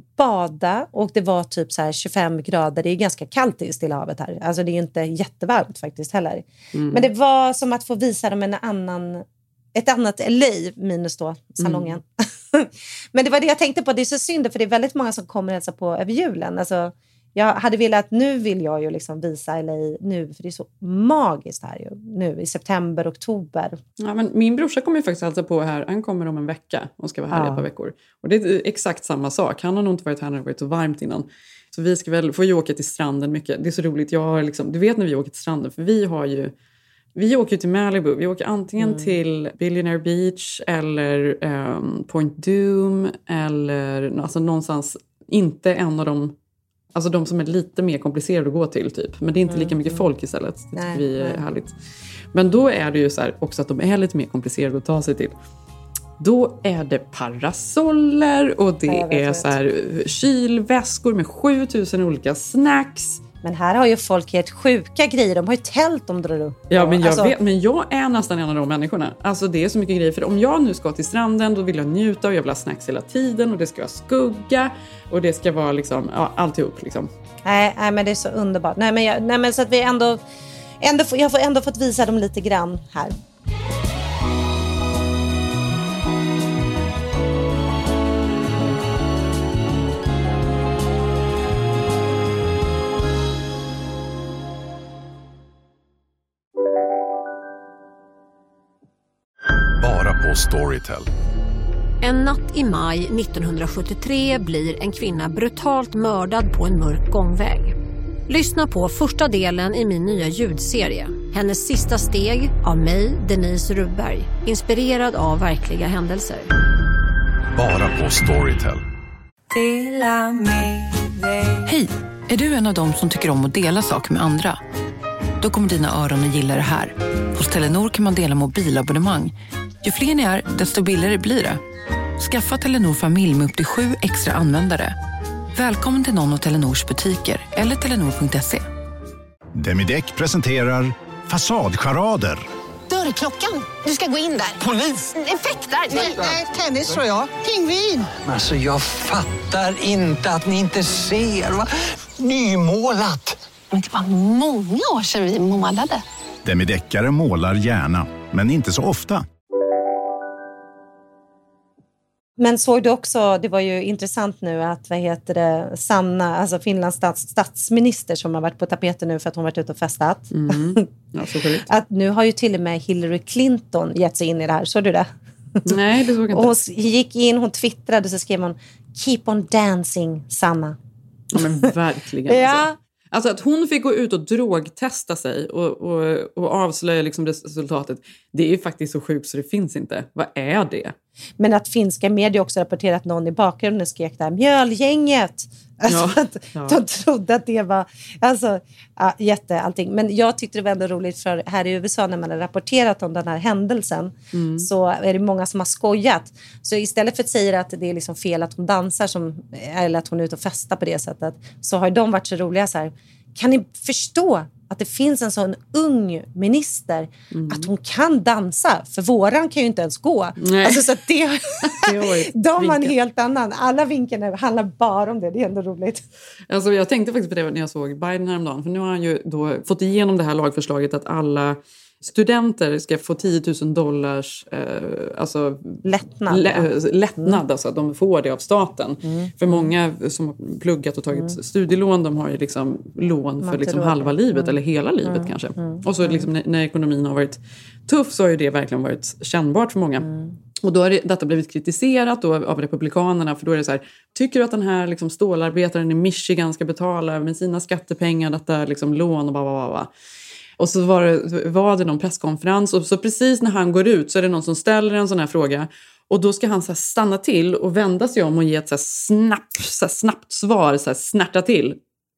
bada och det var typ så här tjugofem grader. Det är ganska kallt i Stilla havet här. Alltså det är ju inte jättevarmt faktiskt heller. Mm. Men det var som att få visa dem en annan... Ett annat L A minus då salongen. Mm. Men det var det jag tänkte på. Det är så synd för det är väldigt många som kommer hälsa på över julen. Alltså, jag hade velat, nu vill jag ju liksom visa L A nu, för det är så magiskt här ju, nu i september, oktober. Ja, men min brorsa kommer ju faktiskt alltså på här, han kommer om en vecka och ska vara här ja. i ett par veckor. Och det är exakt samma sak, han har nog inte varit här när det varit så varmt innan. Så vi ska väl få ju åka till stranden mycket, det är så roligt, jag har liksom, du vet när vi åker till stranden, för vi har ju, vi åker till Malibu, vi åker antingen mm. till Billionaire Beach eller um, Point Doom eller alltså någonstans, inte en av de, alltså de som är lite mer komplicerade att gå till typ. Men det är inte lika mycket folk istället. Det tycker nej, vi är nej. härligt. Men då är det ju så här också att de är lite mer komplicerade att ta sig till. Då är det parasoller och det ja, är så här kylväskor med sjutusen olika snacks. Men här har ju folk helt sjuka grejer. De har ju tält de drar upp. Ja, men jag alltså... vet, men jag är nästan en av de människorna. Alltså det är så mycket grejer. För om jag nu ska till stranden, då vill jag njuta och jag vill ha snacks hela tiden. Och det ska vara skugga. Och det ska vara liksom, ja, alltihop liksom. Nej, nej men det är så underbart. Nej, men, jag, nej, men så att vi ändå, ändå... Jag har ändå fått visa dem lite grann här. På Storytel. En natt i maj nittonhundrasjuttiotre blir en kvinna brutalt mördad på en mörk gångväg. Lyssna på första delen i min nya ljudserie. Hennes sista steg av mig, Denise Rubberg. Inspirerad av verkliga händelser. Bara på Storytel. Hej, är du en av dem som tycker om att dela saker med andra? Då kommer dina öron att gilla det här. Hos Telenor kan man dela mobilabonnemang. Ju fler ni är, desto billigare blir det. Skaffa Telenor familj med upp till sju extra användare. Välkommen till någon av Telenors butiker eller telenor punkt se. Demideck presenterar Fasadcharader. Dörrklockan, du ska gå in där. Polis? Effektar? Nej, tennis tror jag. Pingvin. Alltså jag fattar inte att ni inte ser. Va? Nymålat. Men det var många år sedan vi målade. Demideckare målar gärna, men inte så ofta. Men såg du också, det var ju intressant nu att, vad heter det, Sanna, alltså Finlands stats, statsminister som har varit på tapeten nu för att hon varit ute och festat. Mm. Ja, så att nu har ju till och med Hillary Clinton gett sig in i det här, såg du det? Nej, det såg jag inte. Och hon gick in, hon twittrade så skrev hon Keep on dancing, Sanna. Ja men verkligen. Ja. Alltså. Alltså att hon fick gå ut och drogtesta sig och, och, och avslöja liksom resultatet. Det är ju faktiskt så sjukt så det finns inte. Vad är det? Men att finska medier också rapporterat att någon i bakgrunden skrek där mjölgänget. Alltså ja, att ja. De trodde att det var alltså, ja, jätte allting. Men jag tyckte det var ändå roligt för här i U S A när man har rapporterat om den här händelsen mm. så är det många som har skojat. Så istället för att säga att det är liksom fel att hon dansar som, eller att hon är ute och festar på det sättet så har de varit så roliga så här. Kan ni förstå att det finns en sån ung minister mm. att hon kan dansa? För våran kan ju inte ens gå. Alltså, så att det, de har en helt annan. Alla vinkeln handlar bara om det. Det är ändå roligt. Alltså, jag tänkte faktiskt på det när jag såg Biden häromdagen. För nu har han ju då fått igenom det här lagförslaget att alla studenter ska få tio tusen dollars eh, alltså, lättnad. Lä, lättnad mm. alltså att de får det av staten. Mm. För många som har pluggat och tagit mm. studielån, de har ju liksom lån för liksom halva livet mm. eller hela livet mm. kanske. Mm. Och så liksom, när, när ekonomin har varit tuff så har ju det verkligen varit kännbart för många. Mm. Och då har det, detta blivit kritiserat då av republikanerna, för då är det så här, tycker du att den här liksom stålarbetaren i Michigan ska betala med sina skattepengar detta liksom lån och bara bara. Och så var det, var det någon presskonferens och så precis när han går ut så är det någon som ställer en sån här fråga och då ska han så här stanna till och vända sig om och ge ett så här snabbt, så här snabbt svar, så här snärta till.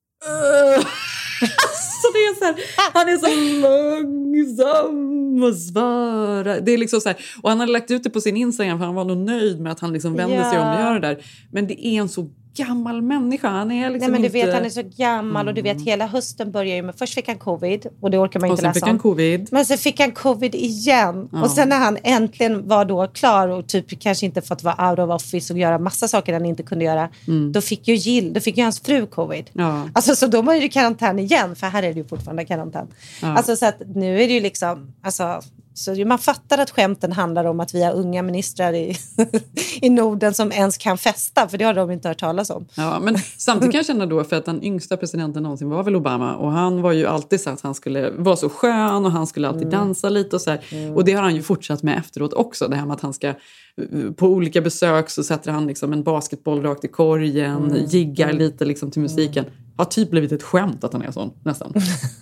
Så det är så här, han är så långsam och svara. Det är liksom så här, och han hade lagt ut det på sin Instagram för han var nog nöjd med att han liksom vände ja. sig om och gör det där. Men det är en så gammal människa. Han är liksom Nej, men du inte... vet, han är så gammal och du vet, hela hösten börjar ju med, först fick han covid och det orkar man inte läsa om. Och sen fick han covid. Men sen fick han covid igen. Ja. Och sen när han äntligen var då klar och typ kanske inte fått vara out of office och göra massa saker han inte kunde göra, mm. då fick ju Jill, då fick ju hans fru covid. Ja. Alltså så då var det ju karantän igen, för här är det ju fortfarande karantän. Ja. Alltså så att nu är det ju liksom, alltså Så man fattar att skämten handlar om att vi har unga ministrar i, i Norden som ens kan festa, för det har de inte hört talas om. Ja, men samtidigt kan jag känna då, för att den yngsta presidenten någonsin var väl Obama, och han var ju alltid så att han skulle vara så skön och han skulle alltid mm. dansa lite och så här. Mm. Och det har han ju fortsatt med efteråt också, det här med att han ska på olika besök så sätter han liksom en basketboll rakt i korgen, mm. jiggar mm. lite liksom till musiken. Har typ blivit ett skämt att han är sån, nästan.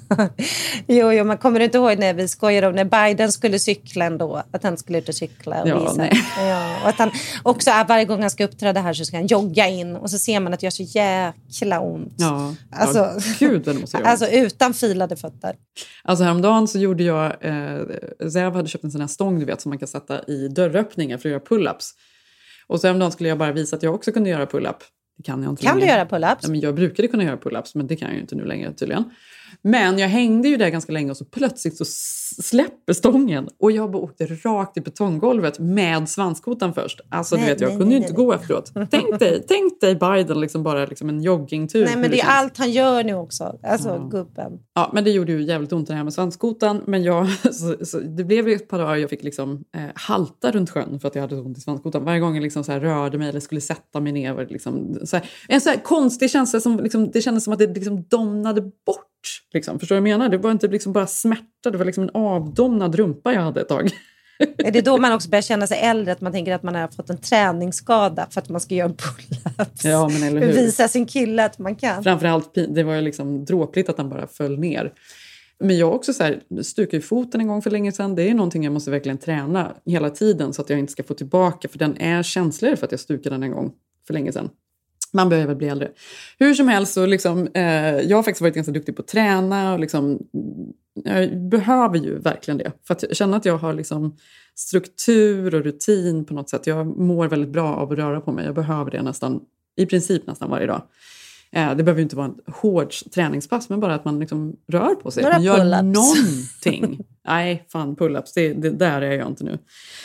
jo, jo, man kommer inte ihåg när vi skojade om när Biden skulle cykla ändå. Att han skulle ut och cykla och ja, visa. Nej. Ja, och att han också varje gång han ska uppträda här så ska han jogga in. Och så ser man att det gör så jäkla ont. Ja, alltså, ja gud vad det måste göra. Alltså utan filade fötter. Alltså häromdagen så gjorde jag, eh, Zev hade köpt en sån här stång du vet som man kan sätta i dörröppningar för att göra pull-ups. Och så häromdagen skulle jag bara visa att jag också kunde göra pull-up. Det kan jag inte kan längre. Du göra pull-ups? Ja, men jag brukade kunna göra pull-ups, men det kan jag ju inte nu längre tydligen. Men jag hängde ju där ganska länge och så plötsligt så släpper stången. Och jag bara åkte rakt i betonggolvet med svanskotan först. Alltså nej, du vet, jag nej, kunde ju inte nej. gå efteråt. Tänk dig, tänk dig Biden liksom bara liksom en joggingtur. Nej, men det är känns. allt han gör nu också. Alltså ja. gubben. Ja, men det gjorde ju jävligt ont det här med svanskotan. Men jag, så, så, det blev ju ett par dagar jag fick liksom eh, halta runt sjön för att jag hade så ont i svanskotan. Varje gång jag liksom så här rörde mig eller skulle sätta mig ner. Liksom, så här, en så här konstig känsla som liksom, det kändes som att det liksom domnade bort. Liksom. Förstår du vad jag menar? Det var inte liksom bara smärta, det var liksom en avdomnad rumpa jag hade ett tag. Är det då man också börjar känna sig äldre, att man tänker att man har fått en träningsskada för att man ska göra en pull-ups? Ja, men eller hur? Visa sin kille att man kan. Framförallt, det var ju liksom dråpligt att han bara föll ner. Men jag också så här, stukade i foten en gång för länge sedan. Det är någonting jag måste verkligen träna hela tiden så att jag inte ska få tillbaka. För den är känsligare för att jag stukade den en gång för länge sedan. Man behöver bli äldre. Hur som helst så liksom, eh, jag har faktiskt varit ganska duktig på att träna. Och liksom, jag behöver ju verkligen det. För att känna att jag har liksom struktur och rutin på något sätt. Jag mår väldigt bra av att röra på mig. Jag behöver det nästan, i princip nästan varje dag. Eh, det behöver ju inte vara en hård träningspass. Men bara att man liksom rör på sig. Några man gör pull-ups. Någonting. Nej, fan pull-ups. Det, det, där är jag inte nu.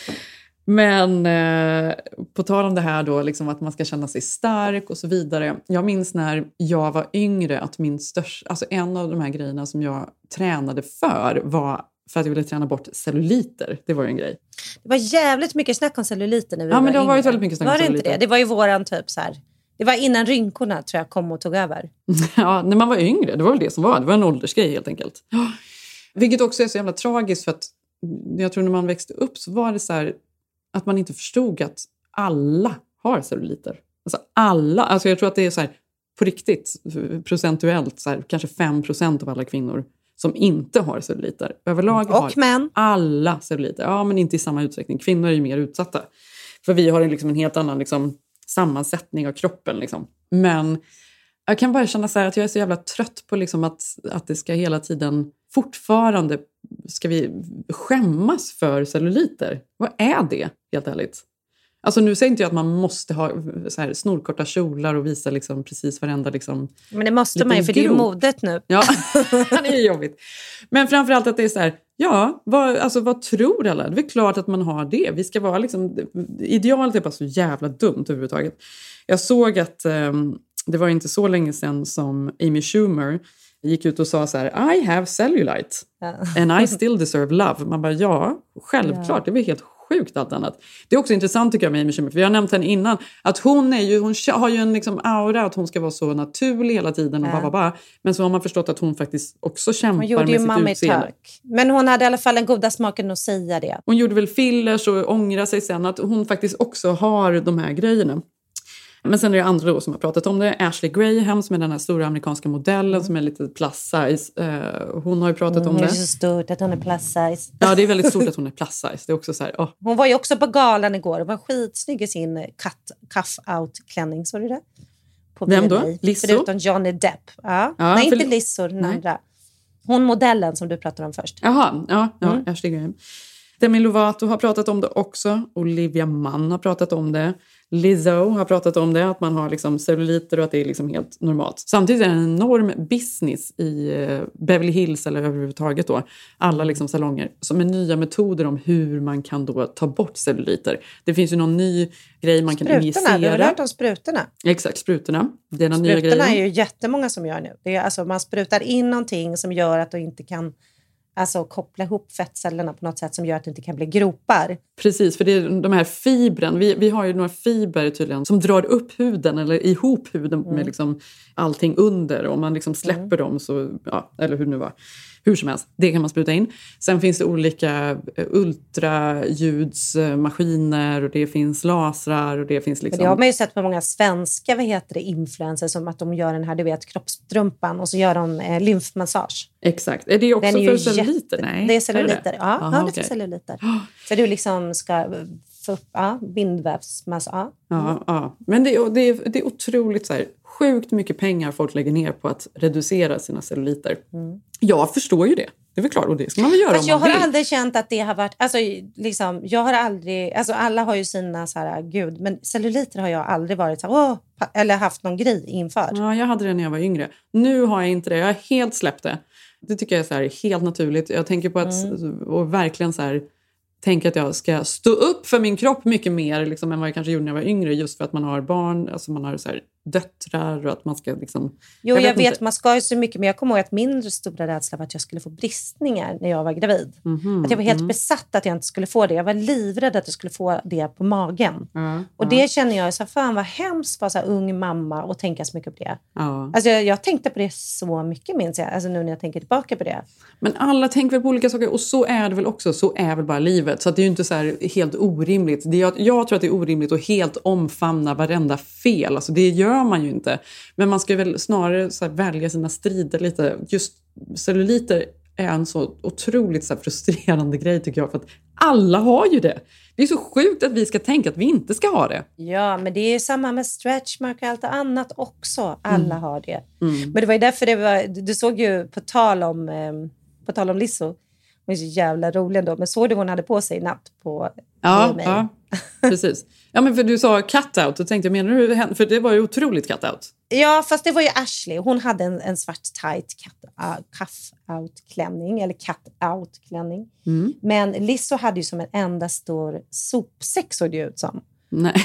Men eh, på tal om det här då, liksom att man ska känna sig stark och så vidare. Jag minns när jag var yngre att min största, alltså en av de här grejerna som jag tränade för var för att jag ville träna bort celluliter. Det var ju en grej. Det var jävligt mycket snack om celluliter när vi ja, var men det har yngre. varit väldigt mycket snack om celluliter. Var det inte det? Det var ju våran typ så här. Det var innan rynkorna tror jag kom och tog över. Ja, när man var yngre. Det var väl det som var. Det var en åldersgrej helt enkelt. Vilket också är så jävla tragiskt för att jag tror när man växte upp så var det så här att man inte förstod att alla har celluliter. Alltså alla, alltså jag tror att det är så här på riktigt procentuellt så här, kanske fem procent av alla kvinnor som inte har celluliter. Överlag och har män. Alla celluliter. Ja, men inte i samma utsträckning. Kvinnor är ju mer utsatta. För vi har en, liksom en helt annan liksom, sammansättning av kroppen. Liksom. Men jag kan bara känna så här att jag är så jävla trött på liksom att, att det ska hela tiden fortfarande ska vi skämmas för celluliter. Vad är det, helt ärligt? Alltså nu säger inte jag att man måste ha så här snorkorta kjolar och visa liksom precis varenda liksom. Men det måste man ju, för det är ju modet nu. Ja, det är jobbigt. Men framförallt att det är så här, ja, vad, alltså vad tror alla? Det är klart att man har det. Vi ska vara liksom, idealet är bara så jävla dumt överhuvudtaget. Jag såg att um, det var inte så länge sedan som Amy Schumer gick ut och sa så här, I have cellulite ja. and I still deserve love. Man bara, ja, självklart, ja. Det var helt sjukt allt annat. Det är också intressant tycker jag med Amy Schumer, för jag har nämnt henne innan, att hon, är ju, hon har ju en liksom aura att hon ska vara så naturlig hela tiden och ja. bara, bara. Men så har man förstått att hon faktiskt också kämpar med sitt utseende. Hon gjorde ju Mommy Talk. Men hon hade i alla fall en goda smaken att säga det. Hon gjorde väl fillers och ångrade sig sen att hon faktiskt också har de här grejerna. Men sen är det andra då som har pratat om det. Ashley Graham som är den här stora amerikanska modellen mm. som är lite plus size. Uh, hon har ju pratat mm, om det. Det är så stort att hon är plus size. Ja, det är väldigt stort att hon är plus size. Det är också så här, oh. Hon var ju också på galan igår. Hon var skitsnygg i sin cut, cuff-out-klänning. Såg du det? På Vem då? Lizzo? Förutom Johnny Depp. Ja. Ja, nej, för... inte Lizzo, den Nej. andra. Hon modellen som du pratade om först. Jaha, ja, ja mm. Ashley Graham. Demi Lovato har pratat om det också. Olivia Munn har pratat om det. Lizzo har pratat om det, att man har liksom celluliter och att det är liksom helt normalt. Samtidigt är det en enorm business i Beverly Hills eller överhuvudtaget då. Alla liksom salonger som är nya metoder om hur man kan då ta bort celluliter. Det finns ju någon ny grej man sprutorna, kan injicera. Du har hört om sprutorna? Exakt, sprutorna. Det är den nya grejen. Sprutorna är ju jättemånga som gör nu. Det är, alltså, man sprutar in någonting som gör att du inte kan alltså koppla ihop fettcellerna på något sätt som gör att det inte kan bli gropar. Precis, för det är de här fibren. Vi, vi har ju några fibrer tydligen som drar upp huden eller ihop huden mm. med liksom allting under. Om man liksom släpper mm. dem så, ja, eller hur det nu var. Hur som helst, det kan man spruta in. Sen finns det olika ultraljudsmaskiner och det finns lasrar och det finns liksom... Men det har man ju sett på många svenska, vad heter det, influencers som att de gör den här, du vet, kroppstrumpan och så gör de eh, lymfmassage. Exakt. Är det också är för celluliter? Jätte... Nej. Det är celluliter. Det? Ja, Aha, ja, det är okay. för celluliter. För du liksom ska få upp ja, bindvävsmassage. Ja. Mm. Ja, ja. Men det är, det, är, det är otroligt så här, sjukt mycket pengar folk lägger ner på att reducera sina celluliter. Mm. Jag förstår ju det. Det är väl klart, och det ska man väl göra. Fast om jag man har vill. aldrig känt att det har varit, alltså liksom, jag har aldrig, alltså alla har ju sina så här, gud, men celluliter har jag aldrig varit så här, åh, eller haft någon grej inför. Ja, jag hade det när jag var yngre. Nu har jag inte det, jag har helt släppt det. Det tycker jag är så här, helt naturligt. Jag tänker på att, mm. och verkligen så här, tänker att jag ska stå upp för min kropp mycket mer liksom, än vad jag kanske gjorde när jag var yngre. Just för att man har barn, alltså man har så här döttrar och att man ska liksom... Jo, jag, jag vet, vet inte. Man ska ju så mycket, men jag kommer ihåg att min stora rädsla var att jag skulle få bristningar när jag var gravid. Mm-hmm, att jag var helt mm. besatt att jag inte skulle få det. Jag var livrädd att jag skulle få det på magen. Mm, och det mm. känner jag så fan vad hemskt för så här ung mamma och tänka så mycket på det. Mm. Alltså jag, jag tänkte på det så mycket, minns jag. Alltså nu när jag tänker tillbaka på det. Men alla tänker väl på olika saker och så är det väl också. Så är väl bara livet. Så att det är ju inte så här helt orimligt. Det är, jag tror att det är orimligt att helt omfamna varenda fel. Alltså det gör man ju inte. Men man ska väl snarare så här välja sina strider lite. Just celluliter är en så otroligt så här frustrerande grej tycker jag. För att alla har ju det. Det är så sjukt att vi ska tänka att vi inte ska ha det. Ja, men det är samma med stretchmark och allt annat också. Alla mm. har det. Mm. Men det var ju därför det var... Du såg ju på tal om, eh, på tal om Lizzo. Hon är så jävla rolig ändå. Men såg du hon hade på sig i natt på ja, ja, precis. Ja, men för du sa cut-out. Då tänkte jag, menar du henne? För det var ju otroligt cut-out. Ja, fast det var ju Ashley. Hon hade en, en svart tight uh, cuff-out-klänning. Eller cut-out-klänning. Mm. Men Lizzo hade ju som en enda stor sopsäck såg det ut som. Nej.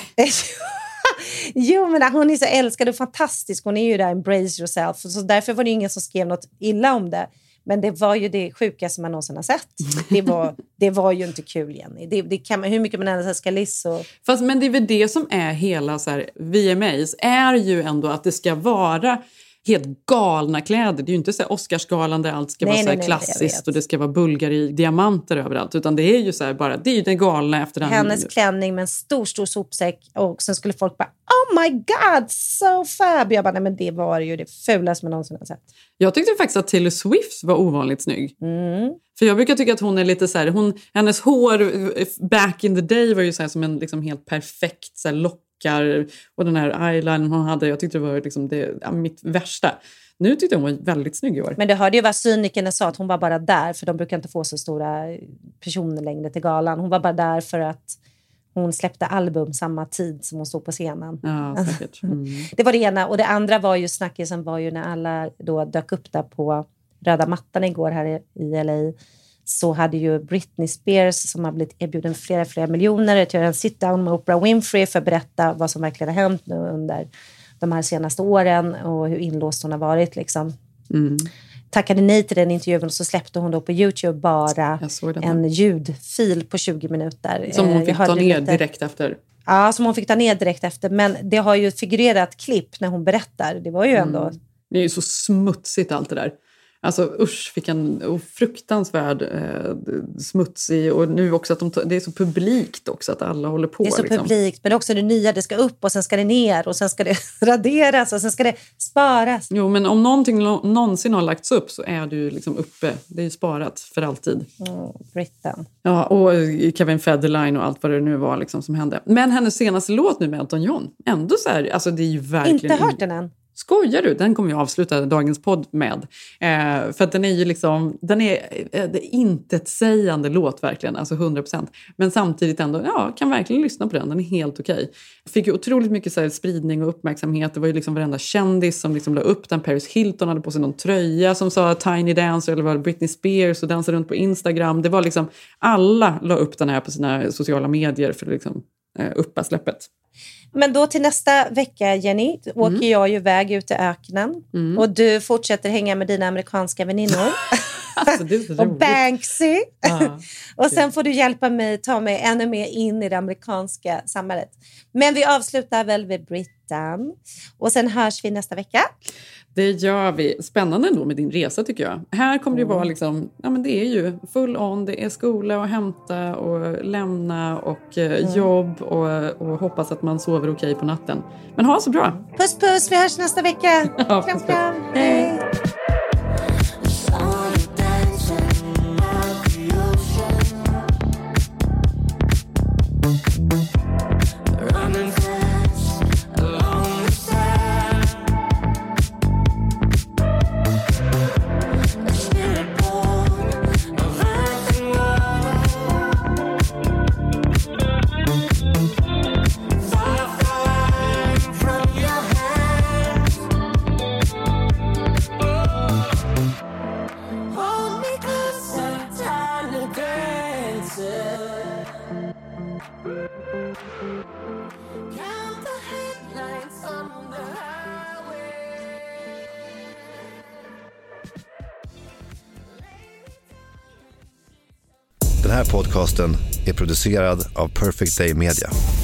Jo, men hon är så älskad och fantastisk. Hon är ju där, embrace yourself. Så därför var det ingen som skrev något illa om det. Men det var ju det sjukaste man någonsin har sett. Det var, det var ju inte kul, Jenny. Det, det kan man, hur mycket man än ska Lizzo. Fast men det är väl det som är hela så här, V M As. Är ju ändå att det ska vara helt galna kläder. Det är ju inte så här Oscarsgalan där allt ska nej, vara så här nej, klassiskt. Nej, och det ska vara bulgar i diamanter överallt. Utan det är ju så här bara, det är ju den galna efter den. Hennes klänning med en stor, stor sopsäck. Och sen skulle folk bara, oh my god, so fab. Jag bara, nej men det var ju det fulaste man någonsin har sett. Jag tyckte faktiskt att Taylor Swift var ovanligt snygg. Mm. För jag brukar tycka att hon är lite så här, hon, hennes hår back in the day var ju så här som en liksom helt perfekt så här lock. Och den här eyeliner hon hade, jag tyckte det var liksom det, ja, mitt värsta. Nu tyckte hon var väldigt snygg i år. Men det hörde ju vad cynikerna sa, att hon var bara där, för de brukar inte få så stora personer längre till galan. Hon var bara där för att hon släppte album samma tid som hon stod på scenen. Ja, säkert. Mm. Det var det ena. Och det andra var ju, snackisen var ju när alla då dök upp där på röda mattan igår här i L A. Så hade ju Britney Spears, som har blivit erbjuden flera, flera miljoner, att göra en sit-down med Oprah Winfrey för att berätta vad som verkligen har hänt nu under de här senaste åren och hur inlåst hon har varit. Liksom. Mm. Tackade nej till den intervjun och så släppte hon då på YouTube bara en ljudfil på tjugo minuter. Som hon fick ta ner lite... direkt efter. Ja, som hon fick ta ner direkt efter. Men det har ju figurerat klipp när hon berättar. Det var ju ändå... Mm. Det är ju så smutsigt allt det där. Alltså usch, fick en oh, fruktansvärd eh, smutsig. Och nu också att de t- det är så publikt också att alla håller på. Det är så liksom. publikt, men också det nya, det ska upp och sen ska det ner och sen ska det raderas och sen ska det sparas. Jo, men om någonting lo- någonsin har lagts upp så är det ju liksom uppe. Det är ju sparat för alltid. Mm, Britain. Ja, och Kevin Federline och allt vad det nu var liksom som hände. Men hennes senaste låt nu med Elton John, ändå så här, alltså det är ju verkligen... Inte hört den än. Skojar du? Den kommer jag avsluta dagens podd med. Eh, för att den är ju liksom, den är, eh, det är inte ett sägande låt verkligen, alltså hundra procent. Men samtidigt ändå, ja, kan verkligen lyssna på den. Den är helt okej. Fick ju otroligt mycket så här, spridning och uppmärksamhet. Det var ju liksom varenda kändis som liksom la upp den. Paris Hilton hade på sig någon tröja som sa Tiny Dancer, eller var det Britney Spears, och dansade runt på Instagram. Det var liksom, alla la upp den här på sina sociala medier för att liksom eh, uppa släppet. Men då till nästa vecka, Jenny, åker mm. jag ju iväg ut i öknen. Mm. Och du fortsätter hänga med dina amerikanska väninnor. Alltså, det är så och roligt. Banksy. Ja, och sen får du hjälpa mig ta mig ännu mer in i det amerikanska samhället. Men vi avslutar väl vid Britain. Och sen hörs vi nästa vecka. Det gör vi. Spännande ändå med din resa tycker jag. Här kommer det ju vara liksom, ja men det är ju full on, det är skola och hämta och lämna och mm. jobb och, och hoppas att man sover okej på natten. Men ha så bra. Puss puss, vi hörs nästa vecka. Ja, kram kram. Hej. Den här podcasten är producerad av Perfect Day Media.